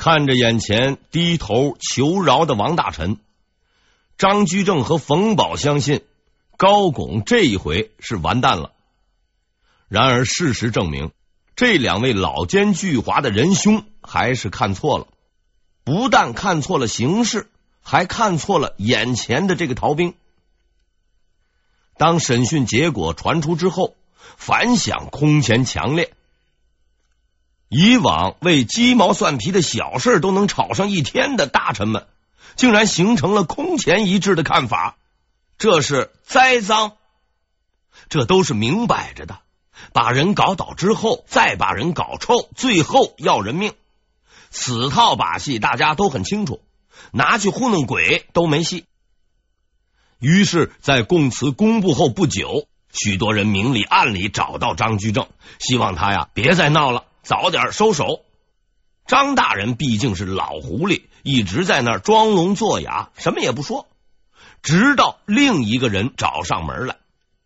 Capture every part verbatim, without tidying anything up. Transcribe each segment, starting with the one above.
看着眼前低头求饶的王大臣，张居正和冯保相信高拱这一回是完蛋了。然而事实证明，这两位老奸巨猾的仁兄还是看错了，不但看错了形势，还看错了眼前的这个逃兵。当审讯结果传出之后，反响空前强烈。以往为鸡毛蒜皮的小事都能吵上一天的大臣们，竟然形成了空前一致的看法，这是栽赃。这都是明摆着的，把人搞倒之后再把人搞臭，最后要人命。此套把戏大家都很清楚，拿去糊弄鬼都没戏。于是在供词公布后不久，许多人明里暗里找到张居正，希望他呀别再闹了，早点收手。张大人毕竟是老狐狸，一直在那儿装聋作哑，什么也不说，直到另一个人找上门来。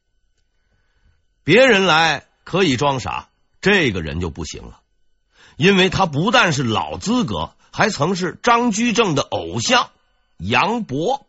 别人来可以装傻，这个人就不行了，因为他不但是老资格，还曾是张居正的偶像杨博。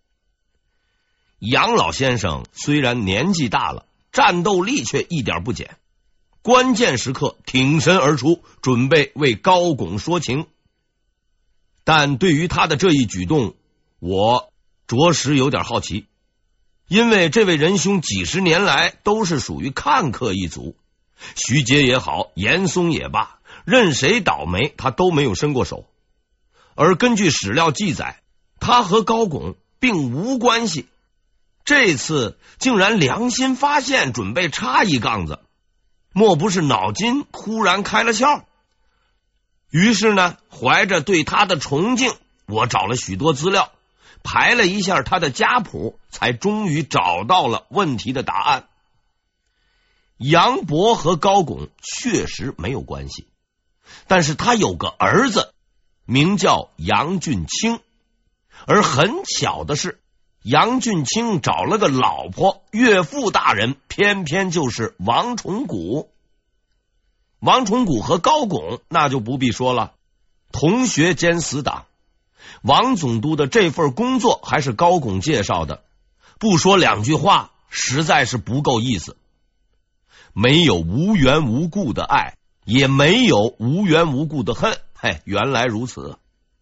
杨老先生虽然年纪大了，战斗力却一点不减，关键时刻挺身而出，准备为高拱说情。但对于他的这一举动，我着实有点好奇，因为这位仁兄几十年来都是属于看客一族，徐阶也好，严嵩也罢，任谁倒霉他都没有伸过手。而根据史料记载，他和高拱并无关系，这次竟然良心发现，准备插一杠子，莫不是脑筋突然开了窍？于是呢，怀着对他的崇敬，我找了许多资料，排了一下他的家谱，才终于找到了问题的答案。杨博和高拱确实没有关系，但是他有个儿子名叫杨俊清，而很巧的是，杨俊清找了个老婆，岳父大人偏偏就是王崇古。王崇古和高拱那就不必说了，同学兼死党。王总督的这份工作还是高拱介绍的，不说两句话实在是不够意思。没有无缘无故的爱，也没有无缘无故的恨，嘿，原来如此。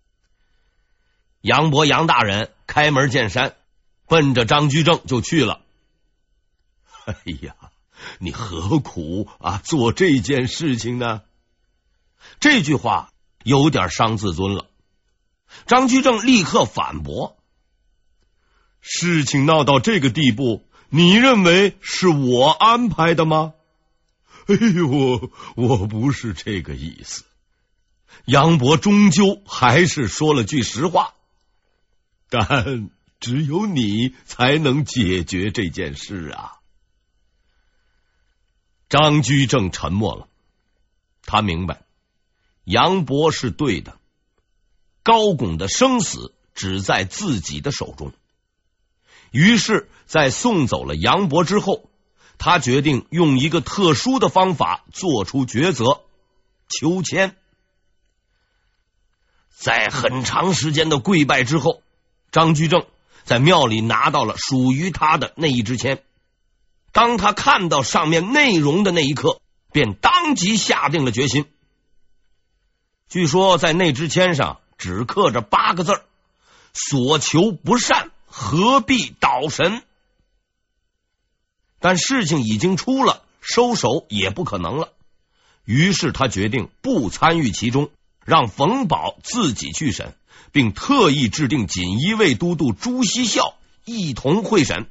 杨博杨大人开门见山，奔着张居正就去了。哎呀，你何苦啊做这件事情呢？这句话有点伤自尊了。张居正立刻反驳，事情闹到这个地步，你认为是我安排的吗？哎呦，我不是这个意思。杨博终究还是说了句实话，但只有你才能解决这件事啊。张居正沉默了，他明白杨博是对的，高拱的生死只在自己的手中。于是在送走了杨博之后，他决定用一个特殊的方法做出抉择，求签。在很长时间的跪拜之后，张居正在庙里拿到了属于他的那一支签。当他看到上面内容的那一刻，便当即下定了决心。据说在那支签上只刻着八个字儿：所求不善，何必倒神。但事情已经出了，收手也不可能了。于是他决定不参与其中，让冯保自己去审，并特意制定锦衣卫都督朱熹孝一同会审。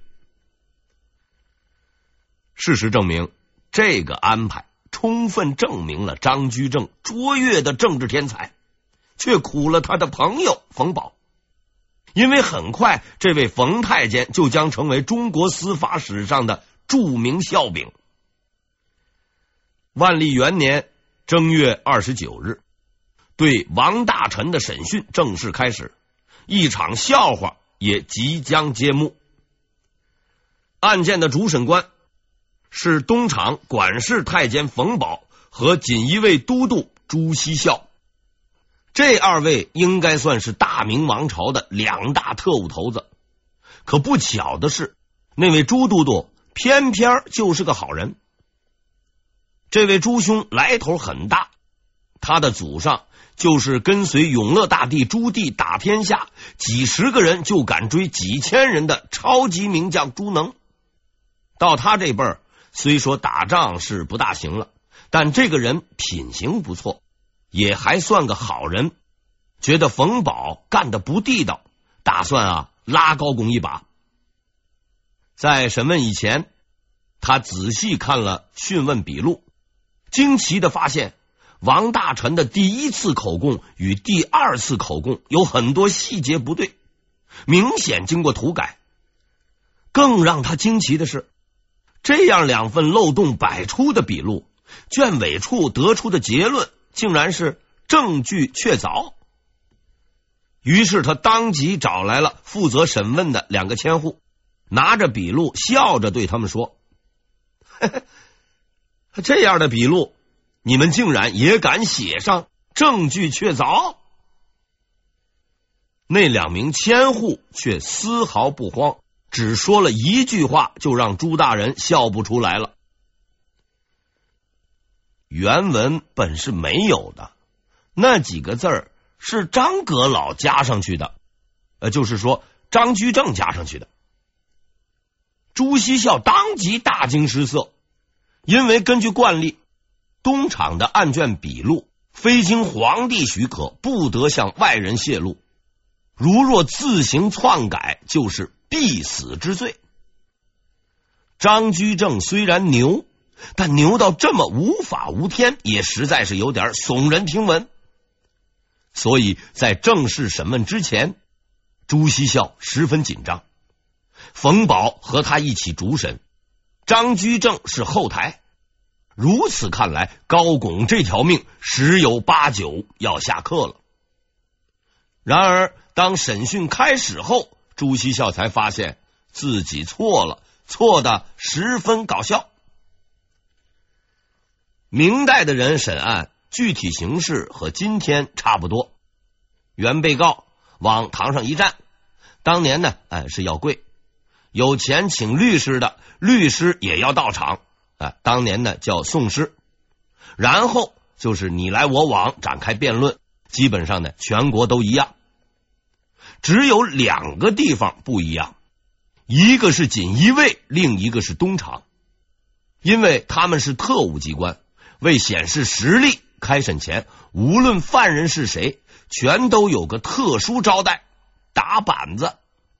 事实证明，这个安排充分证明了张居正卓越的政治天才，却苦了他的朋友冯保。因为很快这位冯太监就将成为中国司法史上的著名笑柄。万历元年正月二十九日，对王大臣的审讯正式开始，一场笑话也即将揭幕。案件的主审官是东厂管事太监冯保和锦衣卫都督朱熹孝。 这二位应该算是大明王朝的两大特务头子。可不巧的是，那位朱都督偏偏就是个好人。这位朱兄来头很大，他的祖上就是跟随永乐大帝朱棣打天下，几十个人就敢追几千人的超级名将朱能。到他这辈儿，虽说打仗是不大行了，但这个人品行不错，也还算个好人。觉得冯保干得不地道，打算啊拉高拱一把。在审问以前，他仔细看了讯问笔录，惊奇的发现王大臣的第一次口供与第二次口供有很多细节不对，明显经过涂改。更让他惊奇的是，这样两份漏洞百出的笔录，卷尾处得出的结论竟然是证据确凿。于是他当即找来了负责审问的两个千户，拿着笔录笑着对他们说，呵呵，这样的笔录你们竟然也敢写上证据确凿？那两名千户却丝毫不慌，只说了一句话就让朱大人笑不出来了。原文本是没有的，那几个字儿是张阁老加上去的，呃，就是说张居正加上去的。朱熹孝当即大惊失色，因为根据惯例，东厂的案卷笔录非经皇帝许可，不得向外人泄露，如若自行篡改，就是必死之罪。张居正虽然牛，但牛到这么无法无天，也实在是有点耸人听闻。所以在正式审问之前，朱熹孝十分紧张。冯保和他一起主审，张居正是后台。如此看来，高拱这条命十有八九要下课了。然而当审讯开始后，朱熹孝才发现自己错了，错的十分搞笑。明代的人审案具体形式和今天差不多，原被告往堂上一站，当年呢，哎，是要跪，有钱请律师的，律师也要到场，哎，当年呢叫讼师，然后就是你来我往展开辩论，基本上呢全国都一样，只有两个地方不一样，一个是锦衣卫，另一个是东厂，因为他们是特务机关，为显示实力，开审前无论犯人是谁，全都有个特殊招待，打板子。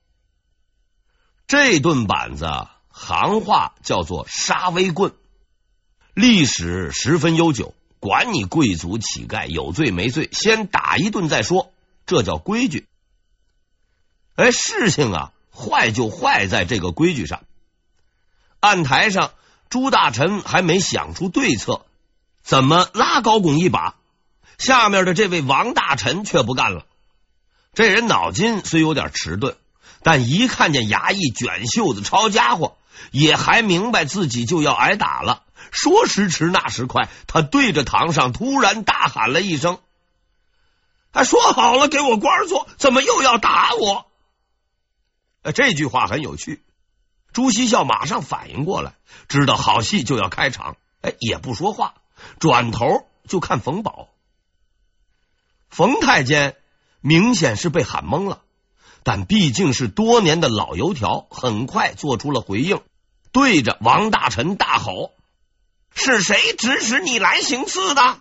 这顿板子行话叫做杀威棍，历史十分悠久，管你贵族乞丐有罪没罪，先打一顿再说，这叫规矩。哎，事情啊坏就坏在这个规矩上。案台上朱大臣还没想出对策，怎么拉高拱一把，下面的这位王大臣却不干了。这人脑筋虽有点迟钝，但一看见衙役卷袖子抄家伙，也还明白自己就要挨打了。说时迟那时快，他对着堂上突然大喊了一声，还说好了给我官做，怎么又要打我？这句话很有趣，朱熹孝马上反应过来，知道好戏就要开场，哎，也不说话，转头就看冯保。冯太监明显是被喊懵了，但毕竟是多年的老油条，很快做出了回应，对着王大臣大吼，是谁指使你来行刺的？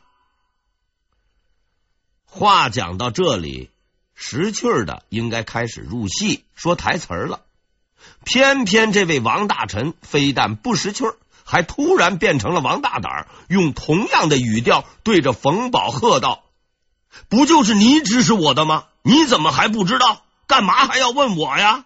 话讲到这里，识趣儿的应该开始入戏说台词了，偏偏这位王大臣非但不识趣儿，还突然变成了王大胆，用同样的语调对着冯保喝道，不就是你指使我的吗？你怎么还不知道？干嘛还要问我呀？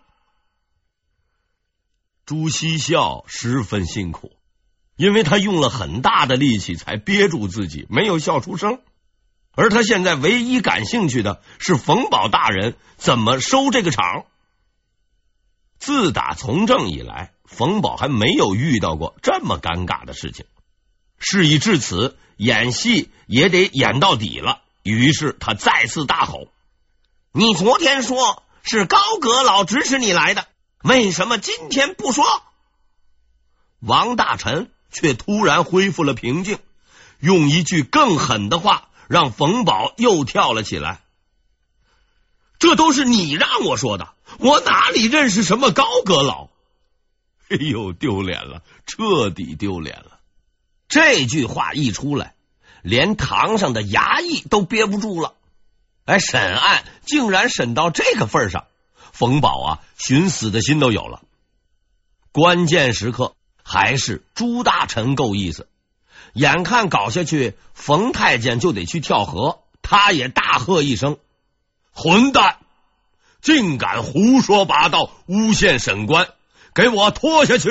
朱熹孝十分辛苦，因为他用了很大的力气才憋住自己，没有笑出声。而他现在唯一感兴趣的是冯保大人怎么收这个场。自打从政以来，冯保还没有遇到过这么尴尬的事情。事已至此，演戏也得演到底了， 于是他再次大吼： 你昨天说是高阁老指使你来的，为什么今天不说？ 王大臣却突然恢复了平静，用一句更狠的话让冯保又跳了起来。这都是你让我说的，我哪里认识什么高阁老？哎呦，丢脸了，彻底丢脸了。这句话一出来，连堂上的衙役都憋不住了。哎，审案竟然审到这个份上，冯保啊，寻死的心都有了。关键时刻还是朱大臣够意思，眼看搞下去，冯太监就得去跳河，他也大喝一声：混蛋，竟敢胡说八道，诬陷审官，给我拖下去！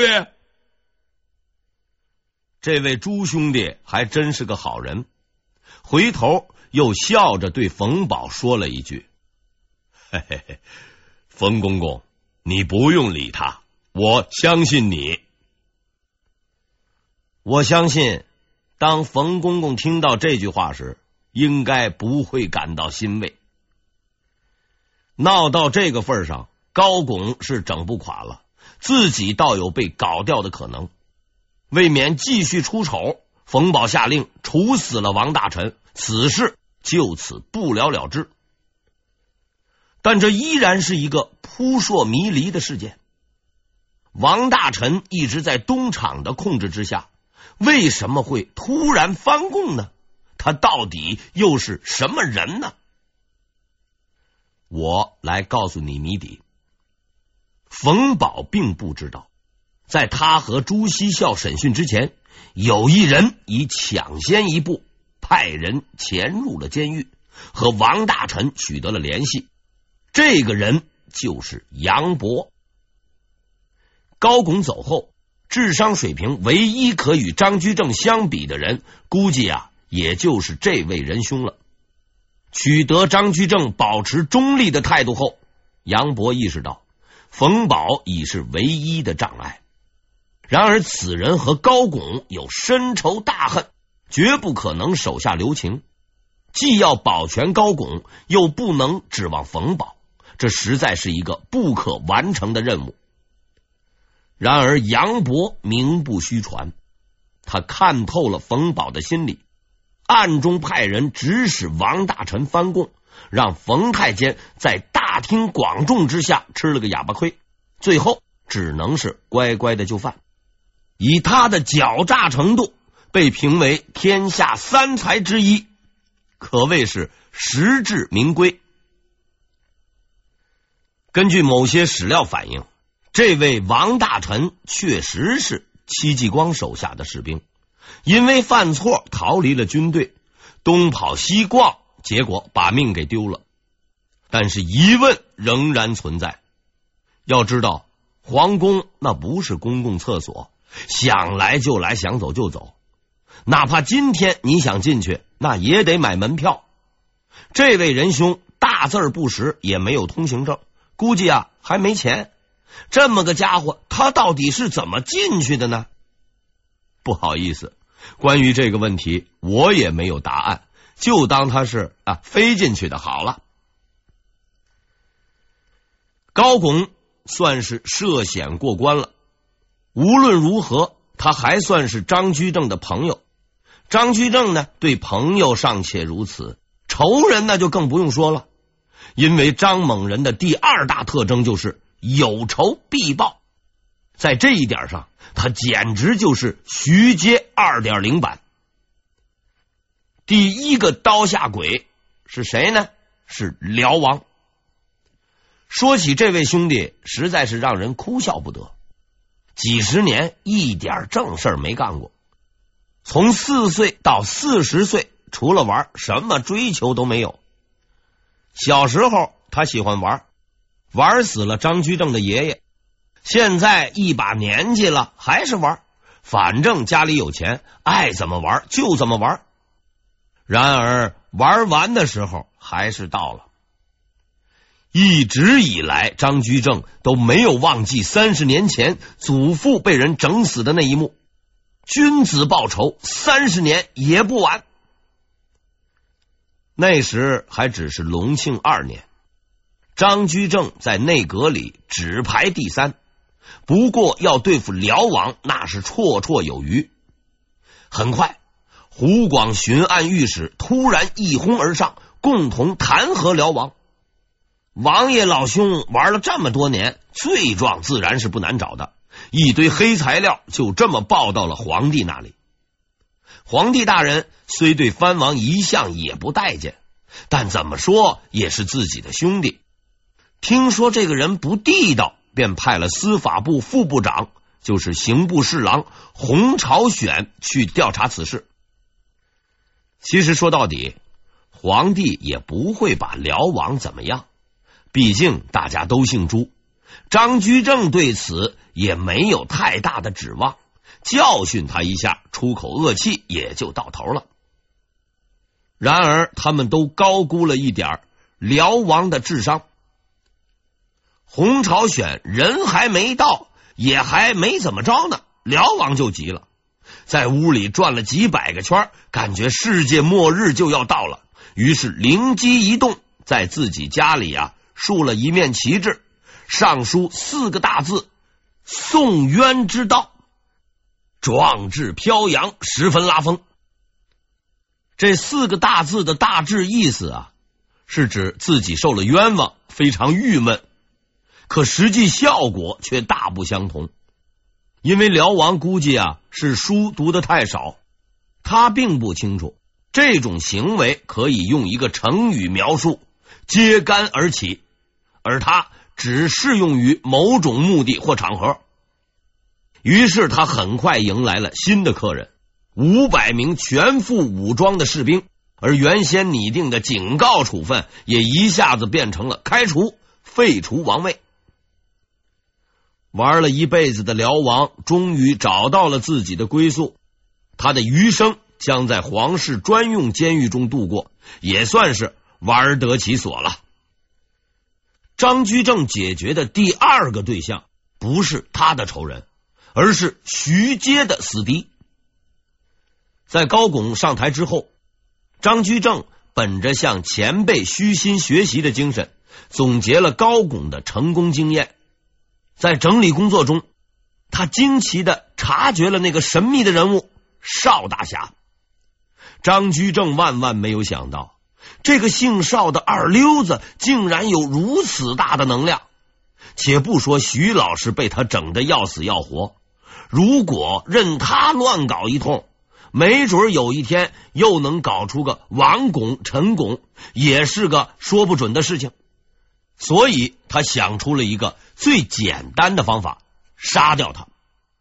这位朱兄弟还真是个好人，回头又笑着对冯保说了一句：嘿嘿嘿，冯公公，你不用理他，我相信你。我相信当冯公公听到这句话时，应该不会感到欣慰。闹到这个份上，高拱是整不垮了，自己倒有被搞掉的可能。为免继续出丑，冯保下令处死了王大臣，此事就此不了了之。但这依然是一个扑朔迷离的事件。王大臣一直在东厂的控制之下，为什么会突然翻供呢？他到底又是什么人呢？我来告诉你谜底。冯保并不知道，在他和朱熹孝审讯之前，有一人已抢先一步派人潜入了监狱，和王大臣取得了联系。这个人就是杨博。高拱走后，智商水平唯一可与张居正相比的人，估计啊，也就是这位仁兄了。取得张居正保持中立的态度后，杨博意识到冯保已是唯一的障碍。然而此人和高拱有深仇大恨，绝不可能手下留情，既要保全高拱，又不能指望冯保，这实在是一个不可完成的任务。然而杨博名不虚传，他看透了冯保的心理，暗中派人指使王大臣翻供，让冯太监在大庭广众之下吃了个哑巴亏，最后只能是乖乖的就范。以他的狡诈程度，被评为天下三才之一，可谓是实至名归。根据某些史料反映，这位王大臣确实是戚继光手下的士兵，因为犯错逃离了军队，东跑西逛，结果把命给丢了。但是疑问仍然存在。要知道，皇宫那不是公共厕所，想来就来，想走就走，哪怕今天你想进去，那也得买门票。这位仁兄大字不识，也没有通行证，估计啊还没钱。这么个家伙，他到底是怎么进去的呢？不好意思，关于这个问题我也没有答案，就当他是啊飞进去的好了。高拱算是涉险过关了，无论如何他还算是张居正的朋友。张居正呢，对朋友尚且如此，仇人那就更不用说了。因为张猛人的第二大特征就是有仇必报，在这一点上他简直就是徐阶 二点零 版。第一个刀下鬼是谁呢？是辽王。说起这位兄弟，实在是让人哭笑不得。几十年一点正事儿没干过，从四岁到四十岁，除了玩什么追求都没有。小时候他喜欢玩，玩死了张居正的爷爷，现在一把年纪了还是玩，反正家里有钱，爱怎么玩就怎么玩。然而玩完的时候还是到了。一直以来张居正都没有忘记三十年前祖父被人整死的那一幕，君子报仇三十年也不晚。 那时还只是隆庆二年，张居正在内阁里只排第三，不过要对付辽王那是绰绰有余。很快，湖广巡按御史突然一哄而上，共同弹劾辽王。王爷老兄玩了这么多年，罪状自然是不难找的，一堆黑材料就这么报到了皇帝那里。皇帝大人虽对藩王一向也不待见，但怎么说也是自己的兄弟。听说这个人不地道，便派了司法部副部长，就是刑部侍郎洪朝选去调查此事。其实说到底，皇帝也不会把辽王怎么样，毕竟大家都姓朱，张居正对此也没有太大的指望，教训他一下，出口恶气也就到头了。然而他们都高估了一点辽王的智商。洪朝选人还没到，也还没怎么着呢，辽王就急了，在屋里转了几百个圈，感觉世界末日就要到了，于是灵机一动，在自己家里啊竖了一面旗帜，上书四个大字：宋冤之道。壮志飘扬，十分拉风。这四个大字的大致意思啊，是指自己受了冤枉，非常郁闷，可实际效果却大不相同。因为辽王估计啊是书读得太少，他并不清楚这种行为可以用一个成语描述：揭竿而起，而他只适用于某种目的或场合。于是他很快迎来了新的客人，五百名全副武装的士兵，而原先拟定的警告处分也一下子变成了开除、废除王位。玩了一辈子的辽王终于找到了自己的归宿，他的余生将在皇室专用监狱中度过，也算是玩得其所了。张居正解决的第二个对象不是他的仇人，而是徐阶的死敌。在高拱上台之后，张居正本着向前辈虚心学习的精神，总结了高拱的成功经验。在整理工作中，他惊奇地察觉了那个神秘的人物邵大侠。张居正万万没有想到，这个姓邵的二溜子竟然有如此大的能量。且不说徐老师被他整得要死要活，如果任他乱搞一通，没准有一天又能搞出个王拱、陈拱，也是个说不准的事情。所以他想出了一个最简单的方法，杀掉他。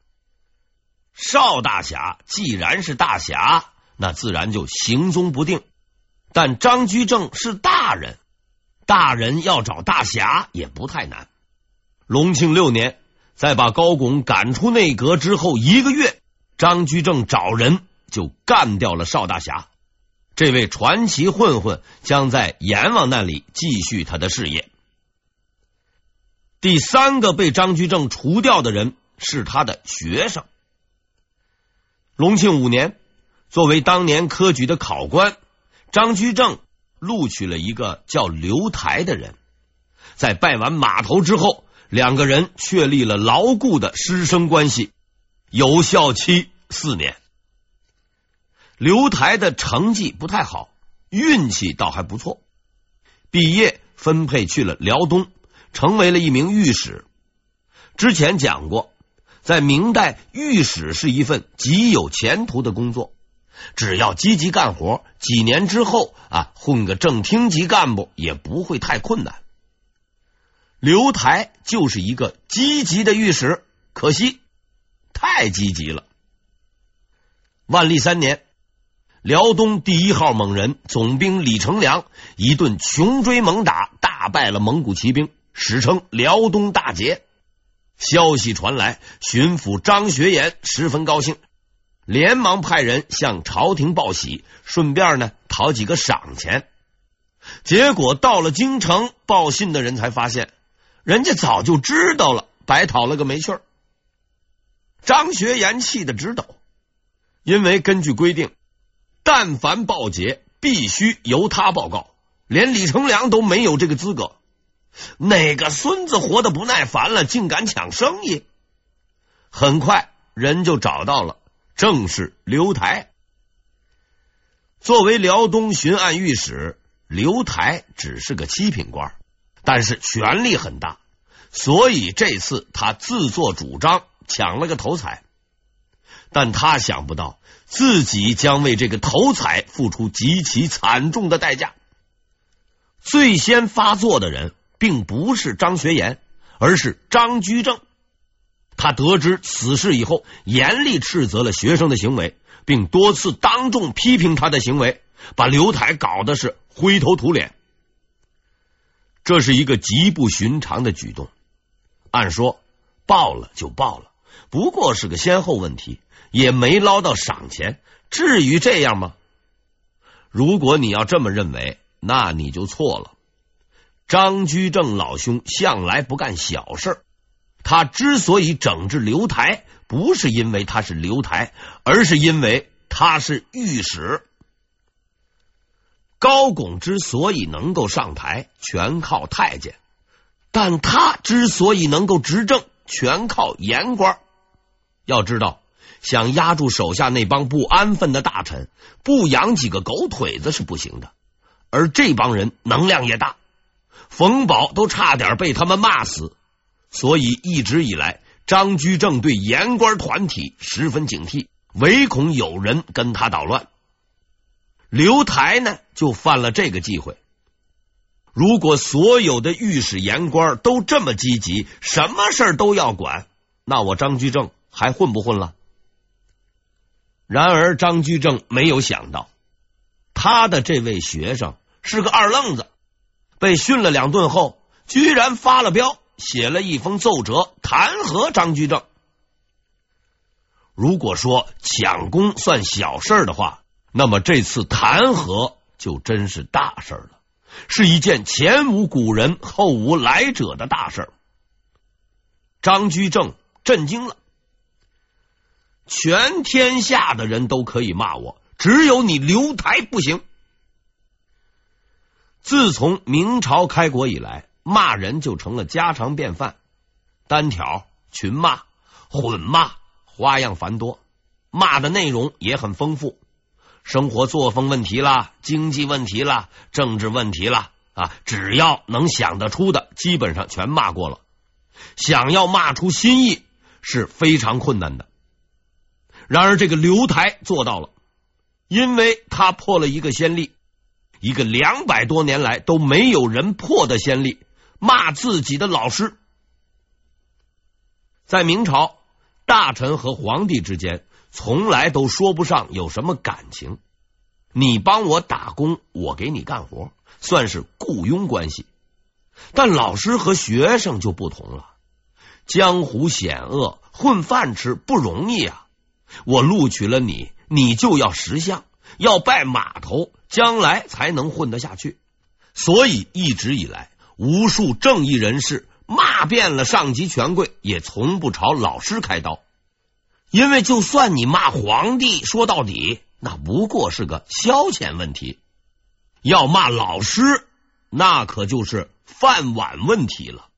邵大侠既然是大侠，那自然就行踪不定，但张居正是大人，大人要找大侠也不太难。隆庆六年，在把高拱赶出内阁之后一个月，张居正找人就干掉了邵大侠。这位传奇混混将在阎王那里继续他的事业。第三个被张居正除掉的人是他的学生。隆庆五年，作为当年科举的考官，张居正录取了一个叫刘台的人。在拜完码头之后，两个人确立了牢固的师生关系，有效期四年。刘台的成绩不太好，运气倒还不错，毕业分配去了辽东，成为了一名御史。之前讲过，在明代，御史是一份极有前途的工作，只要积极干活，几年之后啊，混个正厅级干部也不会太困难。刘台就是一个积极的御史，可惜太积极了。万历三年，辽东第一号猛人总兵李成梁一顿穷追猛打，大败了蒙古骑兵，史称辽东大捷。消息传来，巡抚张学言十分高兴，连忙派人向朝廷报喜，顺便呢讨几个赏钱。结果到了京城，报信的人才发现，人家早就知道了，白讨了个没趣儿。张学言气得直抖，因为根据规定，但凡报捷必须由他报告，连李成梁都没有这个资格。哪个孙子活得不耐烦了，竟敢抢生意？很快人就找到了，正是刘台。作为辽东巡按御史，刘台只是个七品官，但是权力很大，所以这次他自作主张抢了个头彩。但他想不到自己将为这个头彩付出极其惨重的代价。最先发作的人并不是张学言，而是张居正。他得知此事以后，严厉斥责了学生的行为，并多次当众批评他的行为，把刘台搞得是灰头土脸。这是一个极不寻常的举动。按说报了就报了，不过是个先后问题，也没捞到赏钱，至于这样吗？如果你要这么认为，那你就错了。张居正老兄向来不干小事，他之所以整治刘台，不是因为他是刘台，而是因为他是御史。高拱之所以能够上台，全靠太监，但他之所以能够执政，全靠言官。要知道，想压住手下那帮不安分的大臣，不养几个狗腿子是不行的。而这帮人能量也大，冯保都差点被他们骂死，所以一直以来，张居正对言官团体十分警惕，唯恐有人跟他捣乱。刘台呢，就犯了这个忌讳。如果所有的御史言官都这么积极，什么事儿都要管，那我张居正还混不混了？然而张居正没有想到，他的这位学生是个二愣子，被训了两顿后，居然发了飙，写了一封奏折弹劾张居正。如果说抢功算小事的话，那么这次弹劾就真是大事了，是一件前无古人后无来者的大事。张居正震惊了，全天下的人都可以骂我，只有你刘台不行。自从明朝开国以来，骂人就成了家常便饭，单挑、群骂、混骂，花样繁多，骂的内容也很丰富，生活作风问题啦，经济问题啦，政治问题啦，啊，只要能想得出的，基本上全骂过了。想要骂出新意是非常困难的。然而这个刘台做到了，因为他破了一个先例，一个两百多年来都没有人破的先例，骂自己的老师。在明朝，大臣和皇帝之间从来都说不上有什么感情，你帮我打工，我给你干活，算是雇佣关系。但老师和学生就不同了，江湖险恶，混饭吃不容易啊！我录取了你，你就要识相，要拜码头，将来才能混得下去。所以一直以来，无数正义人士骂遍了上级权贵，也从不朝老师开刀。因为就算你骂皇帝，说到底那不过是个消遣问题，要骂老师，那可就是饭碗问题了。